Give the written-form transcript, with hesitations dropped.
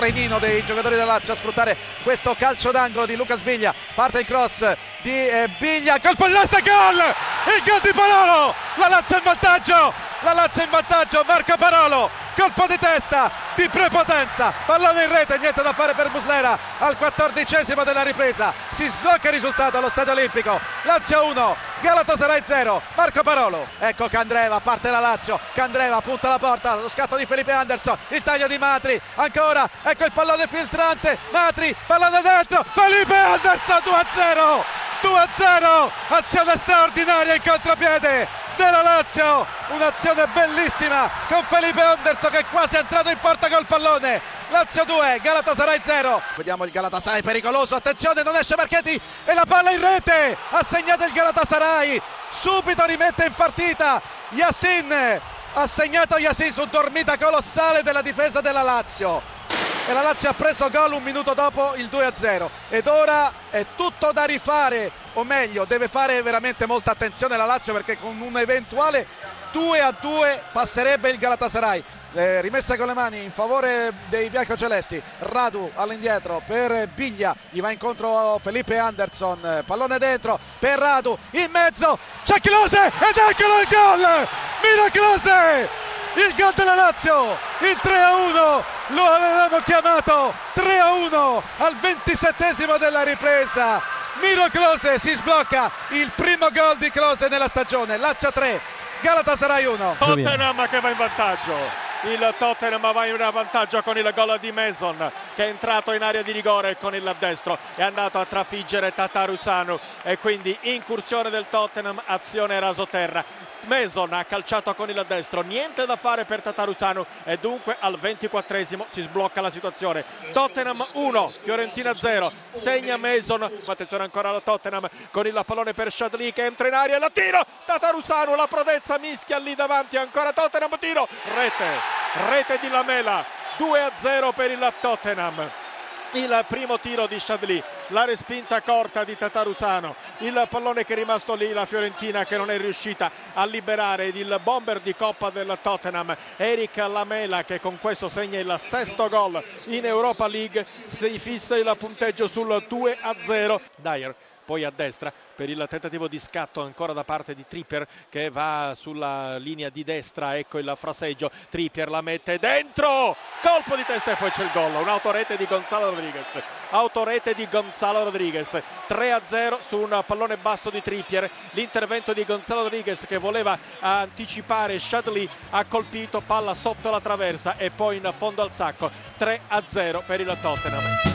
trenino dei giocatori della Lazio a sfruttare questo calcio d'angolo di Lucas Biglia. Parte il cross di Biglia, colpo di testa, gol! Il gol di Parolo! La Lazio in vantaggio, Marco Parolo, colpo di testa di prepotenza, pallone in rete, niente da fare per Muslera. Al 14° della ripresa si sblocca il risultato allo Stadio Olimpico. Lazio 1, Galatasaray 0. Marco Parolo, ecco Candreva, parte la Lazio, Candreva punta la porta, lo scatto di Felipe Anderson, il taglio di Matri, ancora, ecco il pallone filtrante, Matri, pallone dentro, Felipe Anderson, 2-0, azione straordinaria in contropiede della Lazio, un'azione bellissima con Felipe Anderson che quasi è entrato in porta col pallone. Lazio 2, Galatasaray 0. Vediamo il Galatasaray pericoloso, attenzione, non esce Marchetti e la palla in rete, ha segnato il Galatasaray, subito rimette in partita Yassin, ha segnato Yassin su dormita colossale della difesa della Lazio. E la Lazio ha preso gol un minuto dopo il 2-0 ed ora è tutto da rifare, o meglio deve fare veramente molta attenzione la Lazio, perché con un eventuale 2-2 passerebbe il Galatasaray. Rimessa con le mani in favore dei biancocelesti, Radu all'indietro per Biglia, gli va incontro Felipe Anderson, pallone dentro per Radu, in mezzo c'è Klose ed eccolo il gol, Miro Klose! Il gol della Lazio, il 3-1, lo avevamo chiamato 3-1 al 27° della ripresa. Miro Klose si sblocca, il primo gol di Klose nella stagione. Lazio 3, Galatasaray 1. Tottenham che va in vantaggio. Il Tottenham va in vantaggio con il gol di Mason, che è entrato in area di rigore con il destro, è andato a trafiggere Tatarusanu e quindi incursione del Tottenham, azione rasoterra. Mason ha calciato con il destro, niente da fare per Tatarusanu e dunque al 24° si sblocca la situazione. Tottenham 1, Fiorentina 0, segna Mason, attenzione ancora alla Tottenham con il pallone per Chadli che entra in aria e la tiro, Tatarusanu, la prodezza mischia lì davanti, ancora Tottenham, tiro, rete di Lamela, 2-0 per il Tottenham. Il primo tiro di Chadli, la respinta corta di Tatarusanu, il pallone che è rimasto lì, la Fiorentina che non è riuscita a liberare il bomber di Coppa del Tottenham, Eric Lamela, che con questo segna il 6° gol in Europa League, si fissa il punteggio sul 2-0. Dyer poi a destra per il tentativo di scatto ancora da parte di Trippier che va sulla linea di destra, ecco il fraseggio, Trippier la mette dentro, colpo di testa e poi c'è il gol, un'autorete di Gonzalo Rodriguez, 3-0 su un pallone basso di Trippier, l'intervento di Gonzalo Rodriguez che voleva anticipare Chadli, ha colpito, palla sotto la traversa e poi in fondo al sacco, 3-0 per il Tottenham.